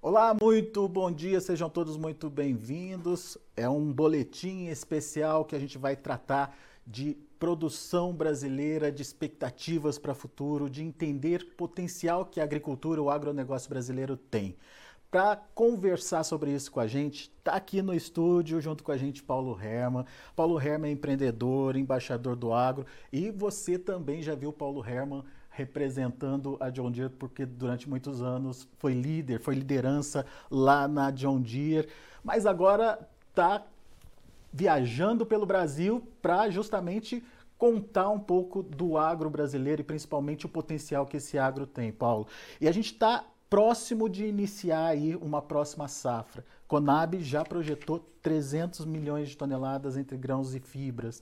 Olá, muito bom dia, sejam todos muito bem-vindos. É um boletim especial que a gente vai tratar de produção brasileira, de expectativas para o futuro, de entender o potencial que a agricultura, o agronegócio brasileiro tem. Para conversar sobre isso com a gente, está aqui no estúdio junto com a gente Paulo Hermann. Paulo Hermann é empreendedor, embaixador do agro, e você também já viu Paulo Hermann representando a John Deere, porque durante muitos anos foi líder, foi liderança lá na John Deere, mas agora está viajando pelo Brasil para justamente contar um pouco do agro brasileiro e principalmente o potencial que esse agro tem, Paulo. E a gente está próximo de iniciar aí uma próxima safra. Conab já projetou 300 milhões de toneladas entre grãos e fibras.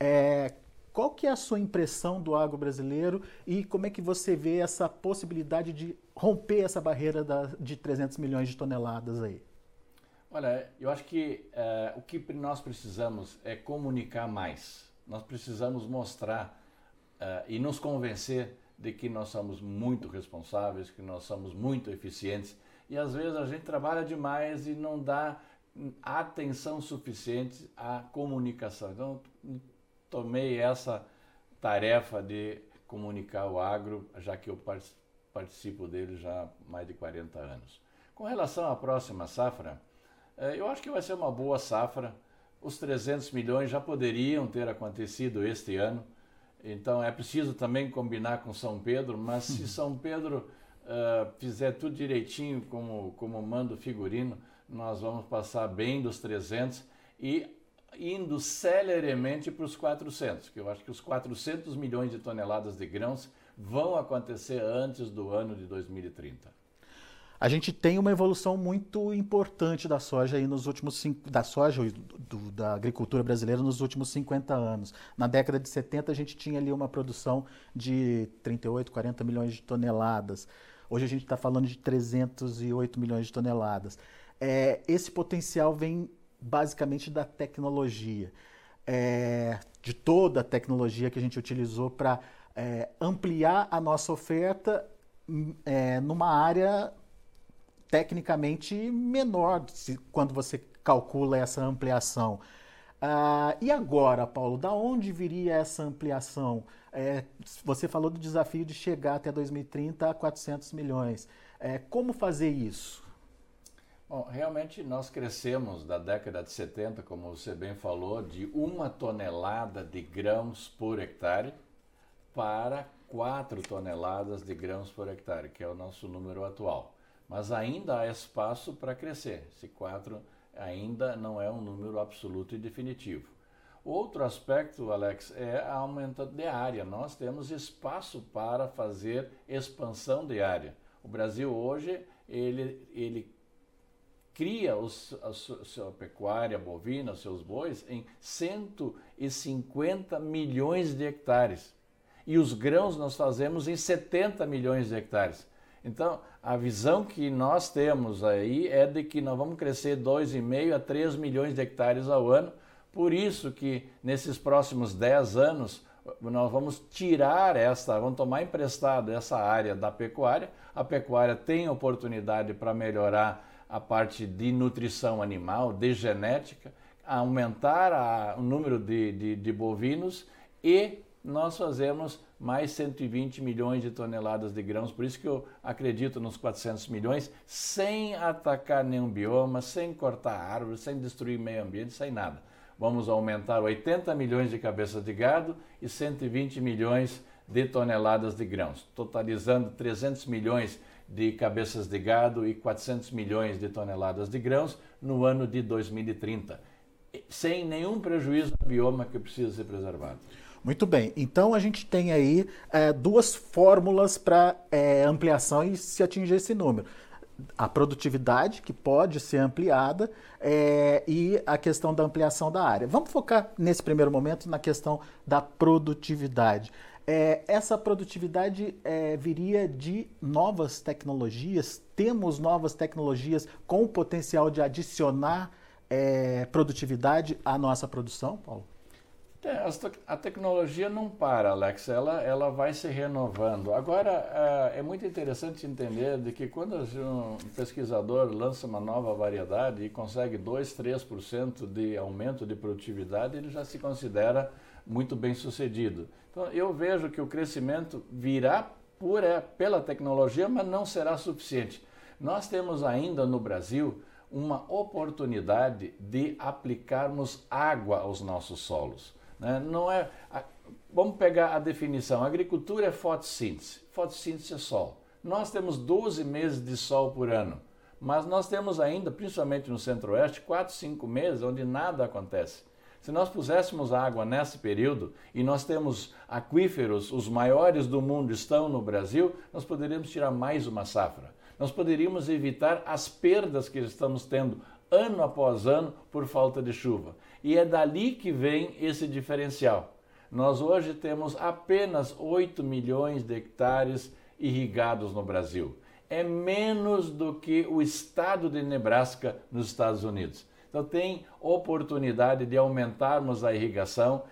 Qual que é a sua impressão do agro brasileiro e como é que você vê essa possibilidade de romper essa barreira de 300 milhões de toneladas aí? Olha, eu acho que o que nós precisamos é comunicar mais. Nós precisamos mostrar e nos convencer de que nós somos muito responsáveis, que nós somos muito eficientes e às vezes a gente trabalha demais e não dá atenção suficiente à comunicação. Então, tomei essa tarefa de comunicar o agro, já que eu participo dele já há mais de 40 anos. Com relação à próxima safra, eu acho que vai ser uma boa safra. Os 300 milhões já poderiam ter acontecido este ano, então é preciso também combinar com São Pedro, mas se São Pedro fizer tudo direitinho como manda o figurino, nós vamos passar bem dos 300 e indo celeremente para os 400, que eu acho que os 400 milhões de toneladas de grãos vão acontecer antes do ano de 2030. A gente tem uma evolução muito importante da soja aí nos últimos da agricultura brasileira nos últimos 50 anos. Na década de 70 a gente tinha ali uma produção de 38, 40 milhões de toneladas. Hoje a gente está falando de 308 milhões de toneladas. Esse potencial vem basicamente da tecnologia, de toda a tecnologia que a gente utilizou para ampliar a nossa oferta numa área tecnicamente menor quando você calcula essa ampliação. E agora, Paulo, da onde viria essa ampliação? Você falou do desafio de chegar até 2030 a 400 milhões. Como fazer isso? Bom, realmente nós crescemos da década de 70, como você bem falou, de 1 tonelada de grãos por hectare para 4 toneladas de grãos por hectare, que é o nosso número atual. Mas ainda há espaço para crescer. Esse 4 ainda não é um número absoluto e definitivo. Outro aspecto, Alex, é a aumento de área. Nós temos espaço para fazer expansão de área. O Brasil hoje, ele cria a sua pecuária bovina, os seus bois, em 150 milhões de hectares. E os grãos nós fazemos em 70 milhões de hectares. Então, a visão que nós temos aí é de que nós vamos crescer 2,5 a 3 milhões de hectares ao ano. Por isso que nesses próximos 10 anos nós vamos vamos tomar emprestado essa área da pecuária. A pecuária tem oportunidade para melhorar a parte de nutrição animal, de genética, aumentar o número de bovinos e nós fazemos mais 120 milhões de toneladas de grãos, por isso que eu acredito nos 400 milhões, sem atacar nenhum bioma, sem cortar árvores, sem destruir meio ambiente, sem nada. Vamos aumentar 80 milhões de cabeças de gado e 120 milhões de toneladas de grãos, totalizando 300 milhões de cabeças de gado e 400 milhões de toneladas de grãos no ano de 2030, sem nenhum prejuízo ao bioma que precisa ser preservado. Muito bem, então a gente tem aí duas fórmulas para ampliação e se atingir esse número. A produtividade, que pode ser ampliada, e a questão da ampliação da área. Vamos focar nesse primeiro momento na questão da produtividade. Essa produtividade viria de novas tecnologias? Temos novas tecnologias com o potencial de adicionar produtividade à nossa produção, Paulo? A tecnologia não para, Alex, ela vai se renovando. Agora, é muito interessante entender de que quando um pesquisador lança uma nova variedade e consegue 2, 3% de aumento de produtividade, ele já se considera muito bem sucedido. Então, eu vejo que o crescimento virá pela tecnologia, mas não será suficiente. Nós temos ainda no Brasil uma oportunidade de aplicarmos água aos nossos solos. Não é, vamos pegar a definição. A agricultura é fotossíntese. Fotossíntese é sol. Nós temos 12 meses de sol por ano, mas nós temos ainda, principalmente no centro-oeste, 4, 5 meses onde nada acontece. Se nós puséssemos água nesse período, e nós temos aquíferos, os maiores do mundo estão no Brasil, nós poderíamos tirar mais uma safra. Nós poderíamos evitar as perdas que estamos tendo ano após ano por falta de chuva. E é dali que vem esse diferencial. Nós hoje temos apenas 8 milhões de hectares irrigados no Brasil. É menos do que o estado de Nebraska nos Estados Unidos. Então tem oportunidade de aumentarmos a irrigação,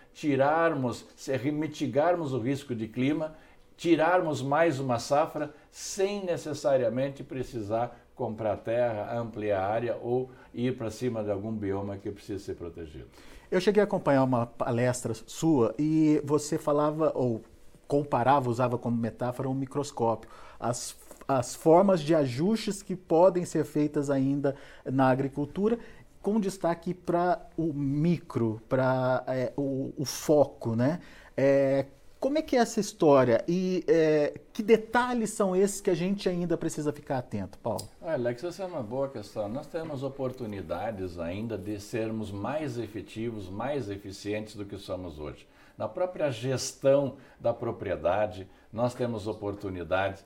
mitigarmos o risco de clima, tirarmos mais uma safra sem necessariamente precisar comprar terra, ampliar a área ou ir para cima de algum bioma que precisa ser protegido. Eu cheguei a acompanhar uma palestra sua e você falava, ou comparava, usava como metáfora um microscópio. As formas de ajustes que podem ser feitas ainda na agricultura, com destaque para o micro, para o foco, né? Como é que é essa história e que detalhes são esses que a gente ainda precisa ficar atento, Paulo? Alex, essa é uma boa questão. Nós temos oportunidades ainda de sermos mais efetivos, mais eficientes do que somos hoje. Na própria gestão da propriedade, nós temos oportunidades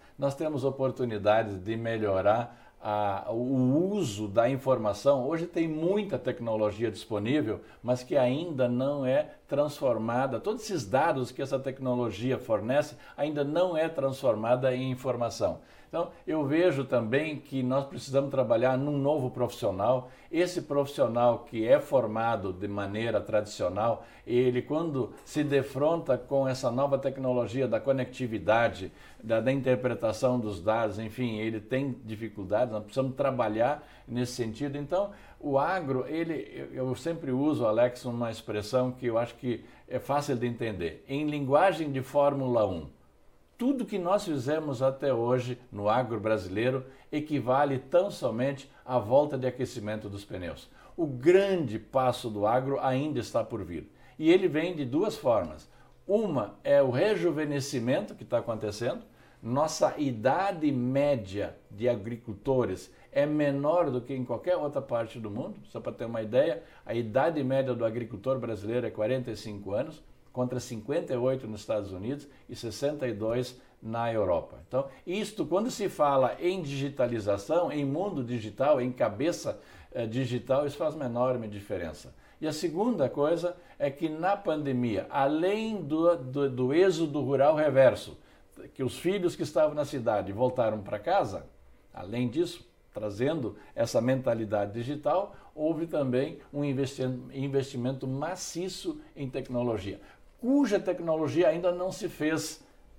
de melhorar o uso da informação. Hoje tem muita tecnologia disponível, mas que ainda não é transformada. Todos esses dados que essa tecnologia fornece ainda não é transformada em informação. Então, eu vejo também que nós precisamos trabalhar num novo profissional. Esse profissional que é formado de maneira tradicional, ele quando se defronta com essa nova tecnologia da conectividade, da interpretação dos dados, enfim, ele tem dificuldades, nós precisamos trabalhar nesse sentido. Então, o agro, eu sempre uso, Alex, uma expressão que eu acho que é fácil de entender. Em linguagem de Fórmula 1, tudo que nós fizemos até hoje no agro brasileiro equivale tão somente à volta de aquecimento dos pneus. O grande passo do agro ainda está por vir. E ele vem de duas formas. Uma é o rejuvenescimento que está acontecendo. Nossa idade média de agricultores é menor do que em qualquer outra parte do mundo. Só para ter uma ideia, a idade média do agricultor brasileiro é 45 anos, contra 58 nos Estados Unidos e 62 na Europa. Então, isto, quando se fala em digitalização, em mundo digital, em cabeça digital, isso faz uma enorme diferença. E a segunda coisa é que na pandemia, além do êxodo rural reverso, que os filhos que estavam na cidade voltaram para casa, além disso, trazendo essa mentalidade digital, houve também um investimento maciço em tecnologia, cuja tecnologia ainda não se fez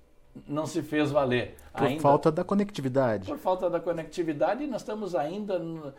valer. Por falta da conectividade. Por falta da conectividade, e nós estamos ainda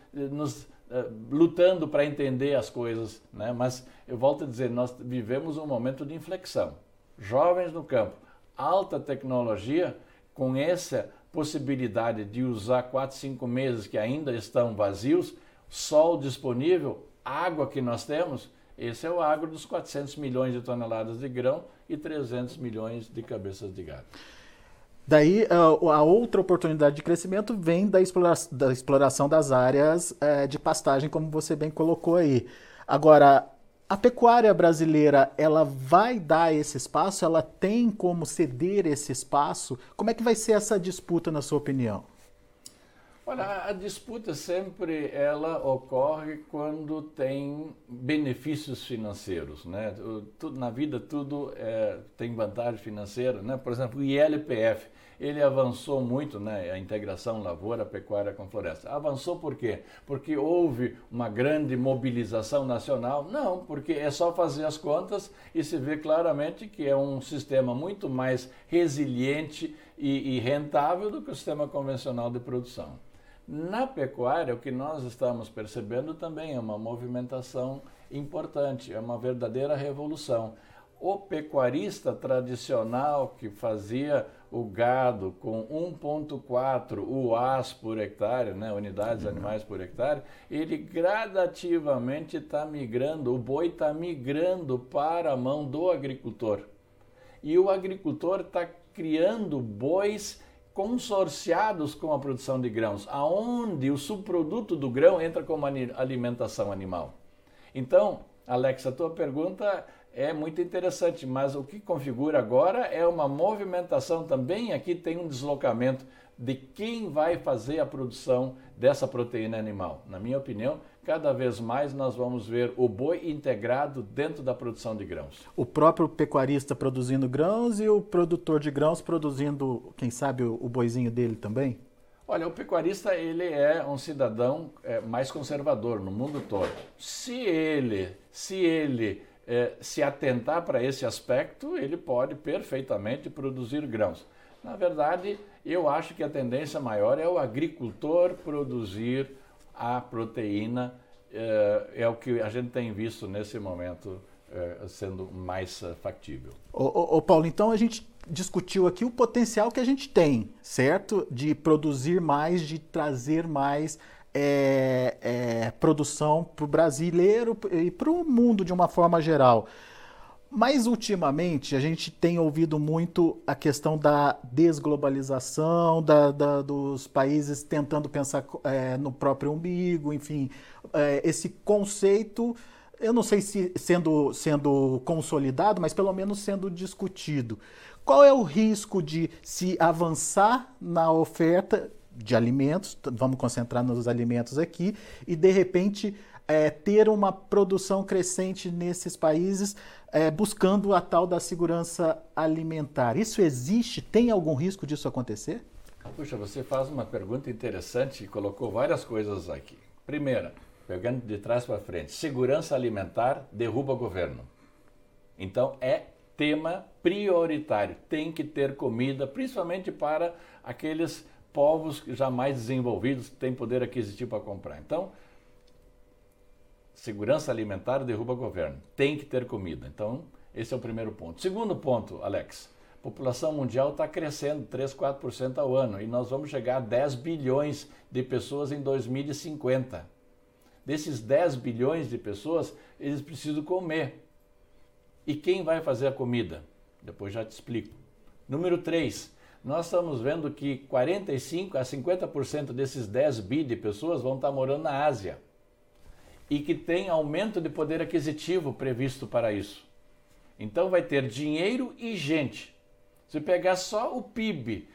lutando para entender as coisas, né? Mas eu volto a dizer, nós vivemos um momento de inflexão. Jovens no campo, alta tecnologia, com essa possibilidade de usar 4, 5 meses que ainda estão vazios, sol disponível, água que nós temos. Esse é o agro dos 400 milhões de toneladas de grão e 300 milhões de cabeças de gado. Daí, a outra oportunidade de crescimento vem da exploração das áreas de pastagem, como você bem colocou aí. Agora, a pecuária brasileira, ela vai dar esse espaço? Ela tem como ceder esse espaço? Como é que vai ser essa disputa, na sua opinião? Olha, a disputa sempre ela ocorre quando tem benefícios financeiros, né? Na vida tudo tem vantagem financeira, né? Por exemplo, o ILPF, ele avançou muito, né? A integração lavoura, pecuária com floresta. Avançou por quê? Porque houve uma grande mobilização nacional? Não, porque é só fazer as contas e se vê claramente que é um sistema muito mais resiliente e rentável do que o sistema convencional de produção. Na pecuária, o que nós estamos percebendo também é uma movimentação importante, é uma verdadeira revolução. O pecuarista tradicional que fazia o gado com 1,4 UAs por hectare, né, unidades animais por hectare, ele gradativamente está migrando, o boi está migrando para a mão do agricultor. E o agricultor está criando bois consorciados com a produção de grãos, aonde o subproduto do grão entra como alimentação animal. Então, Alex, a tua pergunta é muito interessante, mas o que configura agora é uma movimentação também, aqui tem um deslocamento de quem vai fazer a produção dessa proteína animal. Na minha opinião, cada vez mais nós vamos ver o boi integrado dentro da produção de grãos. O próprio pecuarista produzindo grãos e o produtor de grãos produzindo, quem sabe, o boizinho dele também? Olha, o pecuarista ele é um cidadão mais conservador no mundo todo. Se ele se atentar para esse aspecto, ele pode perfeitamente produzir grãos. Na verdade, eu acho que a tendência maior é o agricultor produzir a proteína, é o que a gente tem visto nesse momento sendo mais factível. Ô Paulo, então a gente discutiu aqui o potencial que a gente tem, certo? De produzir mais, de trazer mais produção para o brasileiro e para o mundo de uma forma geral. Mas ultimamente a gente tem ouvido muito a questão da desglobalização, dos países tentando pensar no próprio umbigo, enfim, esse conceito, eu não sei se sendo consolidado, mas pelo menos sendo discutido. Qual é o risco de se avançar na oferta de alimentos, vamos concentrar nos alimentos aqui, e de repente ter uma produção crescente nesses países buscando a tal da segurança alimentar? Isso existe? Tem algum risco disso acontecer? Puxa, você faz uma pergunta interessante e colocou várias coisas aqui. Primeira, pegando de trás para frente, segurança alimentar derruba governo. Então é tema prioritário, tem que ter comida, principalmente para aqueles povos já mais desenvolvidos que têm poder aquisitivo para comprar. Então, segurança alimentar derruba governo. Tem que ter comida. Então, esse é o primeiro ponto. Segundo ponto, Alex, a população mundial está crescendo 3, 4% ao ano e nós vamos chegar a 10 bilhões de pessoas em 2050. Desses 10 bilhões de pessoas, eles precisam comer. E quem vai fazer a comida? Depois já te explico. Número 3, nós estamos vendo que 45 a 50% desses 10 bi de pessoas vão estar morando na Ásia. E que tem aumento de poder aquisitivo previsto para isso. Então vai ter dinheiro e gente. Se pegar só o PIB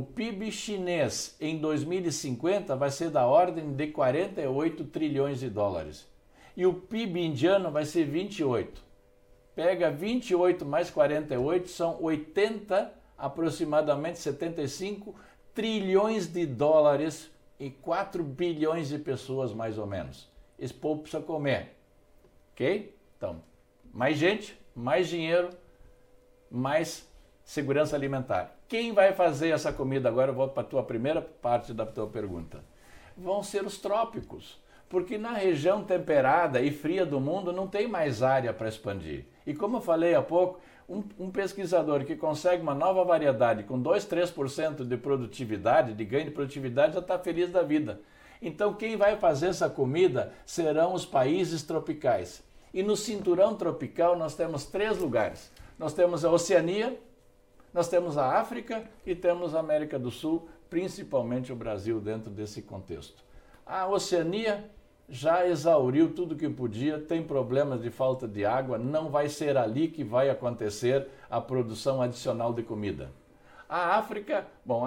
chinês em 2050 vai ser da ordem de 48 trilhões de dólares. E o PIB indiano vai ser 28. Pega 28 mais 48, são 80, aproximadamente 75 trilhões de dólares e 4 bilhões de pessoas mais ou menos. Esse povo precisa comer, ok? Então, mais gente, mais dinheiro, mais segurança alimentar. Quem vai fazer essa comida? Agora eu volto para a tua primeira parte da tua pergunta. Vão ser os trópicos, porque na região temperada e fria do mundo não tem mais área para expandir. E como eu falei há pouco, um pesquisador que consegue uma nova variedade com 2, 3% de produtividade, de ganho de produtividade, já está feliz da vida. Então quem vai fazer essa comida serão os países tropicais. E no cinturão tropical nós temos 3 lugares. Nós temos a Oceania, nós temos a África e temos a América do Sul, principalmente o Brasil dentro desse contexto. A Oceania já exauriu tudo que podia, tem problemas de falta de água, não vai ser ali que vai acontecer a produção adicional de comida. A África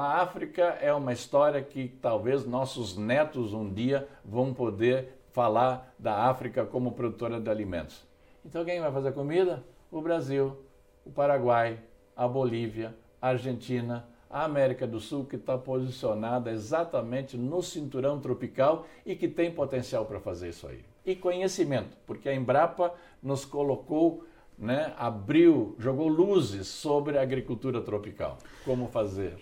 é uma história que talvez nossos netos um dia vão poder falar da África como produtora de alimentos. Então quem vai fazer comida? O Brasil, o Paraguai, a Bolívia, a Argentina, a América do Sul, que está posicionada exatamente no cinturão tropical e que tem potencial para fazer isso aí. E conhecimento, porque a Embrapa nos colocou, né, abriu, jogou luzes sobre a agricultura tropical. Como fazer?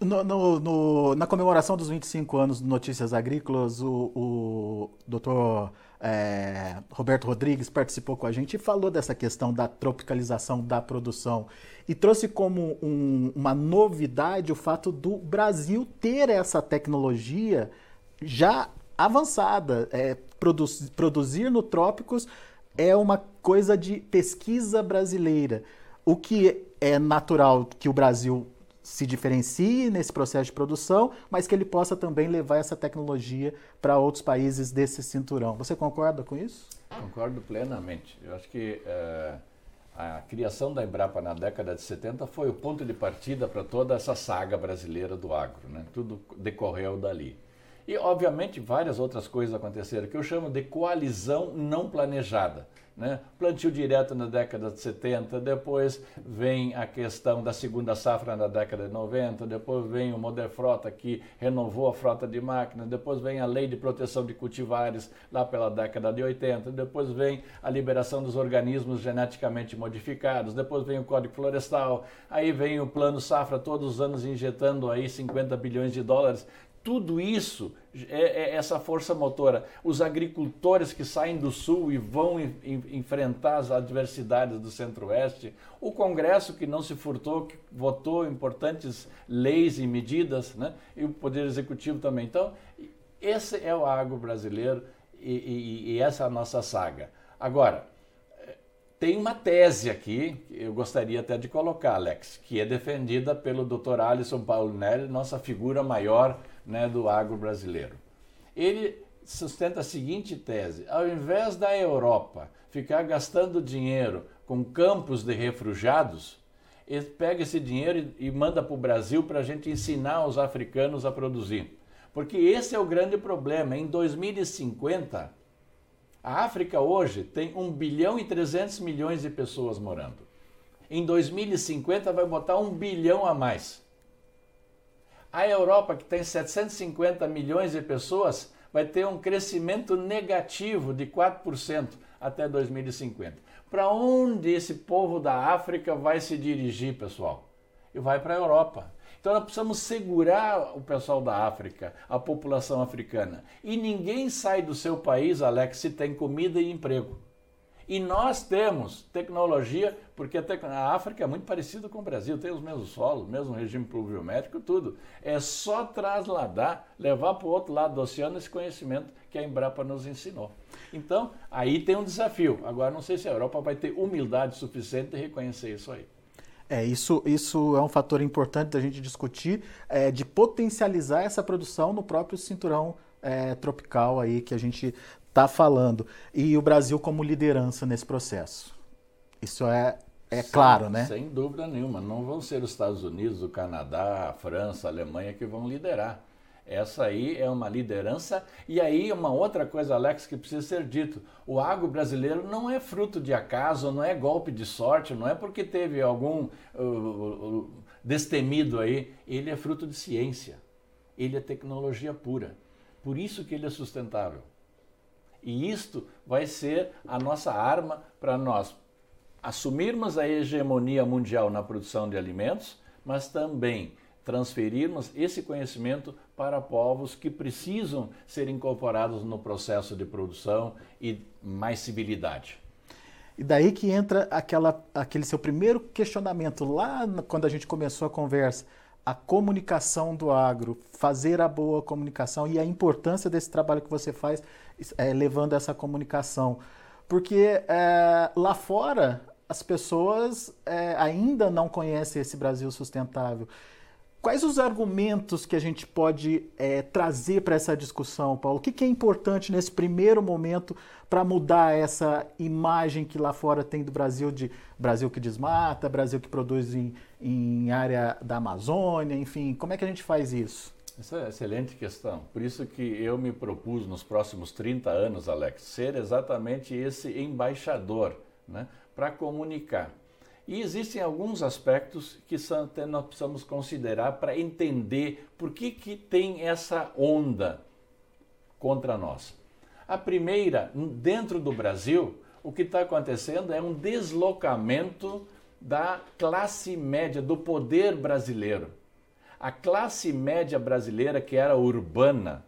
Na comemoração dos 25 anos do Notícias Agrícolas, o doutor Roberto Rodrigues participou com a gente e falou dessa questão da tropicalização da produção e trouxe como uma novidade o fato do Brasil ter essa tecnologia já avançada. Produzir no trópicos é uma coisa de pesquisa brasileira, o que é natural que o Brasil se diferencie nesse processo de produção, mas que ele possa também levar essa tecnologia para outros países desse cinturão. Você concorda com isso? Concordo plenamente. Eu acho que a criação da Embrapa na década de 70 foi o ponto de partida para toda essa saga brasileira do agro, né? Tudo decorreu dali. E, obviamente, várias outras coisas aconteceram, que eu chamo de coalizão não planejada. Né? Plantio direto na década de 70, depois vem a questão da segunda safra na década de 90, depois vem o Moderfrota, que renovou a frota de máquinas, depois vem a lei de proteção de cultivares lá pela década de 80, depois vem a liberação dos organismos geneticamente modificados, depois vem o Código Florestal, aí vem o Plano Safra todos os anos injetando aí 50 bilhões de dólares. Tudo isso é essa força motora. Os agricultores que saem do Sul e vão enfrentar as adversidades do Centro-Oeste, o Congresso que não se furtou, que votou importantes leis e medidas, né? E o Poder Executivo também. Então, esse é o agro brasileiro e essa é a nossa saga. Agora, tem uma tese aqui, que eu gostaria até de colocar, Alex, que é defendida pelo Dr. Alisson Paulinelli, nossa figura maior, né, do agro brasileiro. Ele sustenta a seguinte tese: ao invés da Europa ficar gastando dinheiro com campos de refugiados, ele pega esse dinheiro e manda para o Brasil para a gente ensinar os africanos a produzir. Porque esse é o grande problema. Em 2050, a África hoje tem 1 bilhão e 300 milhões de pessoas morando. Em 2050 vai botar 1 bilhão a mais. A Europa, que tem 750 milhões de pessoas, vai ter um crescimento negativo de 4% até 2050. Para onde esse povo da África vai se dirigir, pessoal? E vai para a Europa. Então nós precisamos segurar o pessoal da África, a população africana. E ninguém sai do seu país, Alex, se tem comida e emprego. E nós temos tecnologia, porque a África é muito parecida com o Brasil, tem os mesmos solos, mesmo regime pluviométrico, tudo. É só trasladar, levar para o outro lado do oceano esse conhecimento que a Embrapa nos ensinou. Então, aí tem um desafio. Agora, não sei se a Europa vai ter humildade suficiente de reconhecer isso aí. Isso é um fator importante da gente discutir, de potencializar essa produção no próprio cinturão tropical aí que a gente está falando. E o Brasil como liderança nesse processo. Isso é claro, né? Sem dúvida nenhuma. Não vão ser os Estados Unidos, o Canadá, a França, a Alemanha que vão liderar. Essa aí é uma liderança. E aí uma outra coisa, Alex, que precisa ser dito. O agro brasileiro não é fruto de acaso, não é golpe de sorte, não é porque teve algum destemido aí. Ele é fruto de ciência. Ele é tecnologia pura. Por isso que ele é sustentável. E isto vai ser a nossa arma para nós assumirmos a hegemonia mundial na produção de alimentos, mas também transferirmos esse conhecimento para povos que precisam ser incorporados no processo de produção e mais civilidade. E daí que entra aquele seu primeiro questionamento lá quando a gente começou a conversa, a comunicação do agro, fazer a boa comunicação e a importância desse trabalho que você faz levando essa comunicação. Porque lá fora as pessoas ainda não conhecem esse Brasil sustentável. Quais os argumentos que a gente pode trazer para essa discussão, Paulo? O que é importante nesse primeiro momento para mudar essa imagem que lá fora tem do Brasil, de Brasil que desmata, Brasil que produz em área da Amazônia, enfim, como é que a gente faz isso? Essa é uma excelente questão. Por isso que eu me propus nos próximos 30 anos, Alex, ser exatamente esse embaixador, né, para comunicar. E existem alguns aspectos que nós precisamos considerar para entender por que tem essa onda contra nós. A primeira, dentro do Brasil, o que está acontecendo é um deslocamento da classe média, do poder brasileiro. A classe média brasileira, que era urbana,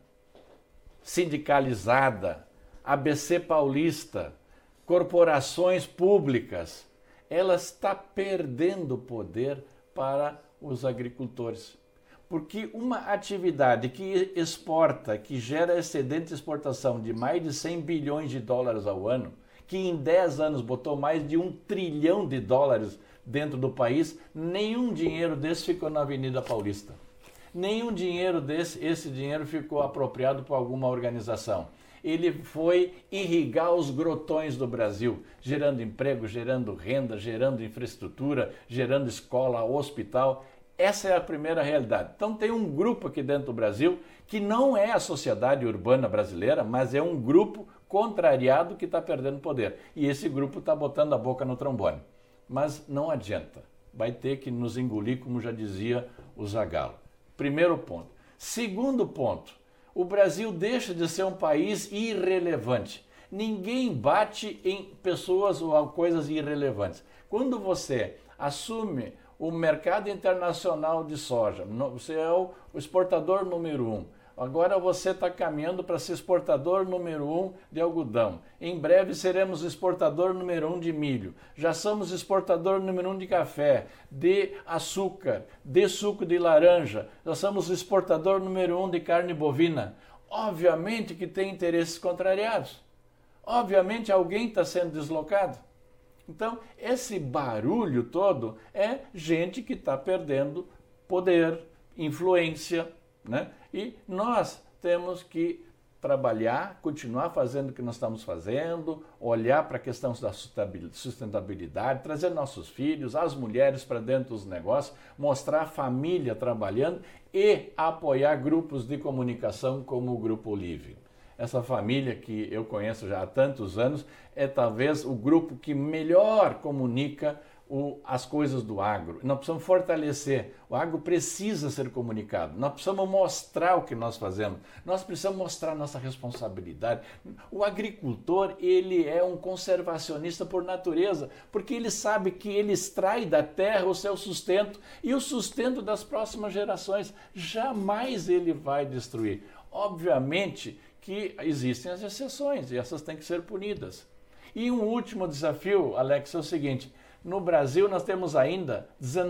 sindicalizada, ABC paulista, corporações públicas, ela está perdendo poder para os agricultores. Porque uma atividade que exporta, que gera excedente de exportação de mais de 100 bilhões de dólares ao ano, que em 10 anos botou mais de 1 trilhão de dólares dentro do país, nenhum dinheiro desse ficou na Avenida Paulista. Nenhum dinheiro esse dinheiro ficou apropriado por alguma organização. Ele foi irrigar os grotões do Brasil, gerando emprego, gerando renda, gerando infraestrutura, gerando escola, hospital. Essa é a primeira realidade. Então tem um grupo aqui dentro do Brasil que não é a sociedade urbana brasileira, mas é um grupo contrariado que está perdendo poder. E esse grupo está botando a boca no trombone. Mas não adianta. Vai ter que nos engolir, como já dizia o Zagallo. Primeiro ponto. Segundo ponto. O Brasil deixa de ser um país irrelevante. Ninguém bate em pessoas ou coisas irrelevantes. Quando você assume o mercado internacional de soja, você é o exportador número 1. Agora você está caminhando para ser exportador número 1 de algodão. Em breve seremos exportador número 1 de milho. Já somos exportador número 1 de café, de açúcar, de suco de laranja. Já somos exportador número 1 de carne bovina. Obviamente que tem interesses contrariados. Obviamente alguém está sendo deslocado. Então, esse barulho todo é gente que está perdendo poder, influência, né? E nós temos que trabalhar, continuar fazendo o que nós estamos fazendo, olhar para a questão da sustentabilidade, trazer nossos filhos, as mulheres para dentro dos negócios, mostrar a família trabalhando e apoiar grupos de comunicação como o Grupo Olive. Essa família que eu conheço já há tantos anos é talvez o grupo que melhor comunica as coisas do agro. Nós precisamos fortalecer. O agro precisa ser comunicado. Nós precisamos mostrar o que nós fazemos. Nós precisamos mostrar nossa responsabilidade. O agricultor, ele é um conservacionista por natureza, porque ele sabe que ele extrai da terra o seu sustento e o sustento das próximas gerações. Jamais ele vai destruir. Obviamente que existem as exceções e essas têm que ser punidas. E um último desafio, Alex, é o seguinte: no Brasil nós temos ainda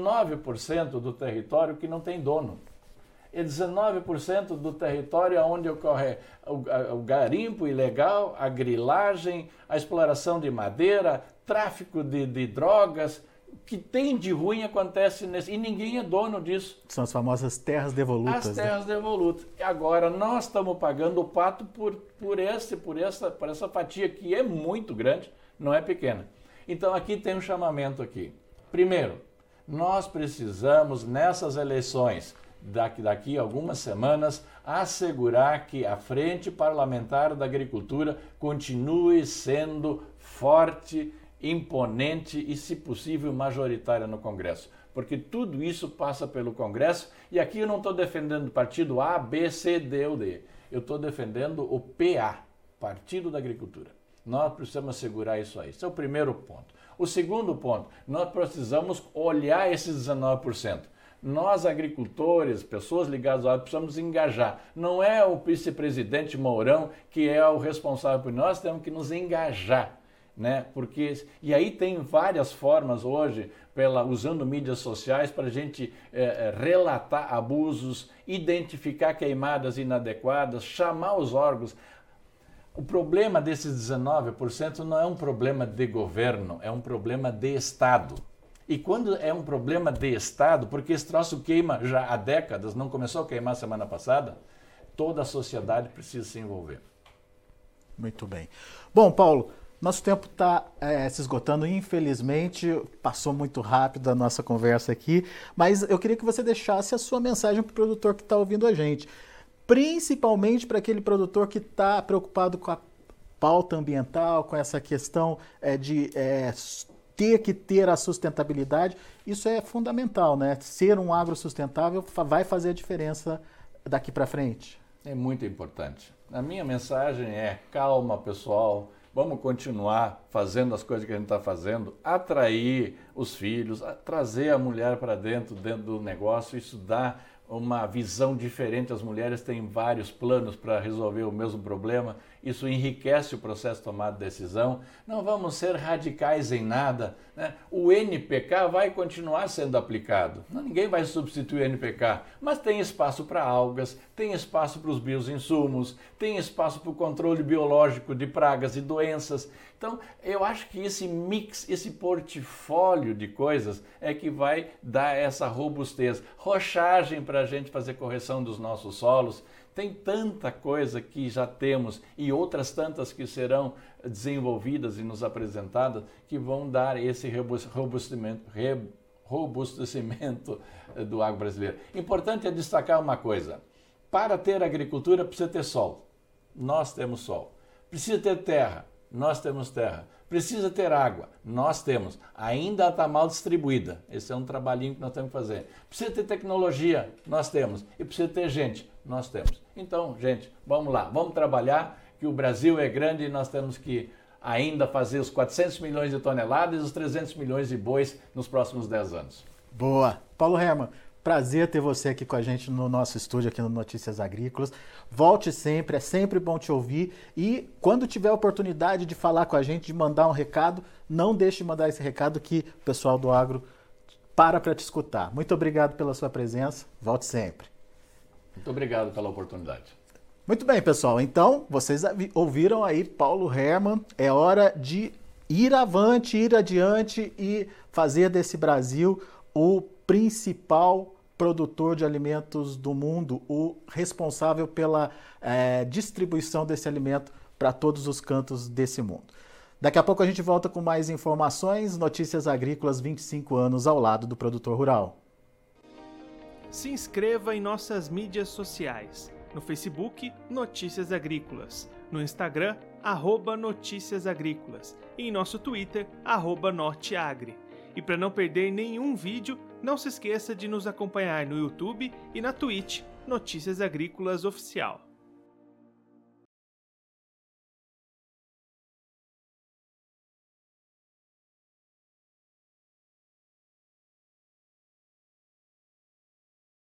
19% do território que não tem dono. E 19% do território onde ocorre o garimpo ilegal, a grilagem, a exploração de madeira, tráfico de drogas. O que tem de ruim acontece nesse... E ninguém é dono disso. São as famosas terras devolutas. As terras devolutas. Agora, nós estamos pagando o pato por essa fatia que é muito grande, não é pequena. Então, aqui tem um chamamento aqui. Primeiro, nós precisamos, nessas eleições, daqui a algumas semanas, assegurar que a Frente Parlamentar da Agricultura continue sendo forte, imponente e, se possível, majoritária no Congresso. Porque tudo isso passa pelo Congresso e aqui eu não estou defendendo o partido A, B, C, D ou D. Eu estou defendendo o PA, Partido da Agricultura. Nós precisamos assegurar isso aí. Esse é o primeiro ponto. O segundo ponto, nós precisamos olhar esses 19%. Nós, agricultores, pessoas ligadas ao agro, precisamos engajar. Não é o vice-presidente Mourão que é o responsável por nós, temos que nos engajar. Né? E aí tem várias formas hoje, usando mídias sociais, para a gente relatar abusos, identificar queimadas inadequadas, chamar os órgãos. O problema desses 19% não é um problema de governo, é um problema de Estado. E quando é um problema de Estado, porque esse troço queima já há décadas, não começou a queimar semana passada, toda a sociedade precisa se envolver. Muito bem. Bom, Paulo, nosso tempo está se esgotando, infelizmente, passou muito rápido a nossa conversa aqui, mas eu queria que você deixasse a sua mensagem para o produtor que está ouvindo a gente, principalmente para aquele produtor que está preocupado com a pauta ambiental, com essa questão de ter que ter a sustentabilidade. Isso é fundamental, né? Ser um agro sustentável vai fazer a diferença daqui para frente. É muito importante. A minha mensagem é: calma, pessoal, vamos continuar fazendo as coisas que a gente está fazendo, atrair os filhos, trazer a mulher para dentro do negócio. Isso dá uma visão diferente. As mulheres têm vários planos para resolver o mesmo problema. Isso enriquece o processo de tomada de decisão. Não vamos ser radicais em nada, né? O NPK vai continuar sendo aplicado. Ninguém vai substituir o NPK, mas tem espaço para algas, tem espaço para os bioinsumos, tem espaço para o controle biológico de pragas e doenças. Então, eu acho que esse mix, esse portfólio de coisas é que vai dar essa robustez. Rochagem para a gente fazer correção dos nossos solos. Tem tanta coisa que já temos e outras tantas que serão desenvolvidas e nos apresentadas que vão dar esse robustecimento do agro brasileiro. Importante é destacar uma coisa: para ter agricultura precisa ter sol. Nós temos sol. Precisa ter terra. Nós temos terra. Precisa ter água. Nós temos. Ainda está mal distribuída. Esse é um trabalhinho que nós temos que fazer. Precisa ter tecnologia. Nós temos. E precisa ter gente. Nós temos. Então, gente, vamos lá. Vamos trabalhar, que o Brasil é grande e nós temos que ainda fazer os 400 milhões de toneladas e os 300 milhões de bois nos próximos 10 anos. Boa. Paulo Hermann, prazer ter você aqui com a gente no nosso estúdio aqui no Notícias Agrícolas. Volte sempre, é sempre bom te ouvir. E quando tiver a oportunidade de falar com a gente, de mandar um recado, não deixe de mandar esse recado que o pessoal do agro para te escutar. Muito obrigado pela sua presença. Volte sempre. Muito obrigado pela oportunidade. Muito bem, pessoal. Então, vocês ouviram aí Paulo Hermann. É hora de ir avante, ir adiante e fazer desse Brasil o principal produtor de alimentos do mundo, o responsável pela distribuição desse alimento para todos os cantos desse mundo. Daqui a pouco a gente volta com mais informações. Notícias Agrícolas, 25 anos ao lado do produtor rural. Se inscreva em nossas mídias sociais. No Facebook, Notícias Agrícolas. No Instagram, @Notícias Agrícolas. E em nosso Twitter, @Norteagri. E para não perder nenhum vídeo, não se esqueça de nos acompanhar no YouTube e na Twitch, Notícias Agrícolas Oficial.